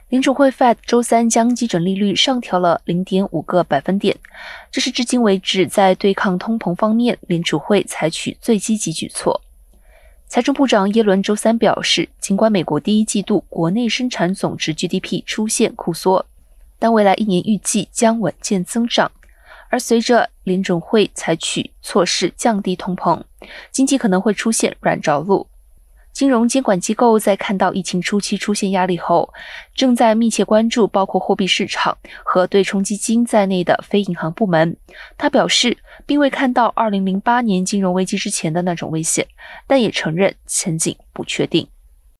联储会 Fed 周三将基准利率上调了0.5个百分点，这是至今为止在对抗通膨方面联储会采取最积极举措。财政部长耶伦周三表示，尽管美国第一季度国内生产总值 GDP 出现库缩，但未来一年预计将稳健增长。而随着联准会采取措施降低通膨，经济可能会出现软着陆。金融监管机构在看到疫情初期出现压力后，正在密切关注包括货币市场和对冲基金在内的非银行部门。他表示，并未看到2008年金融危机之前的那种危险，但也承认前景不确定。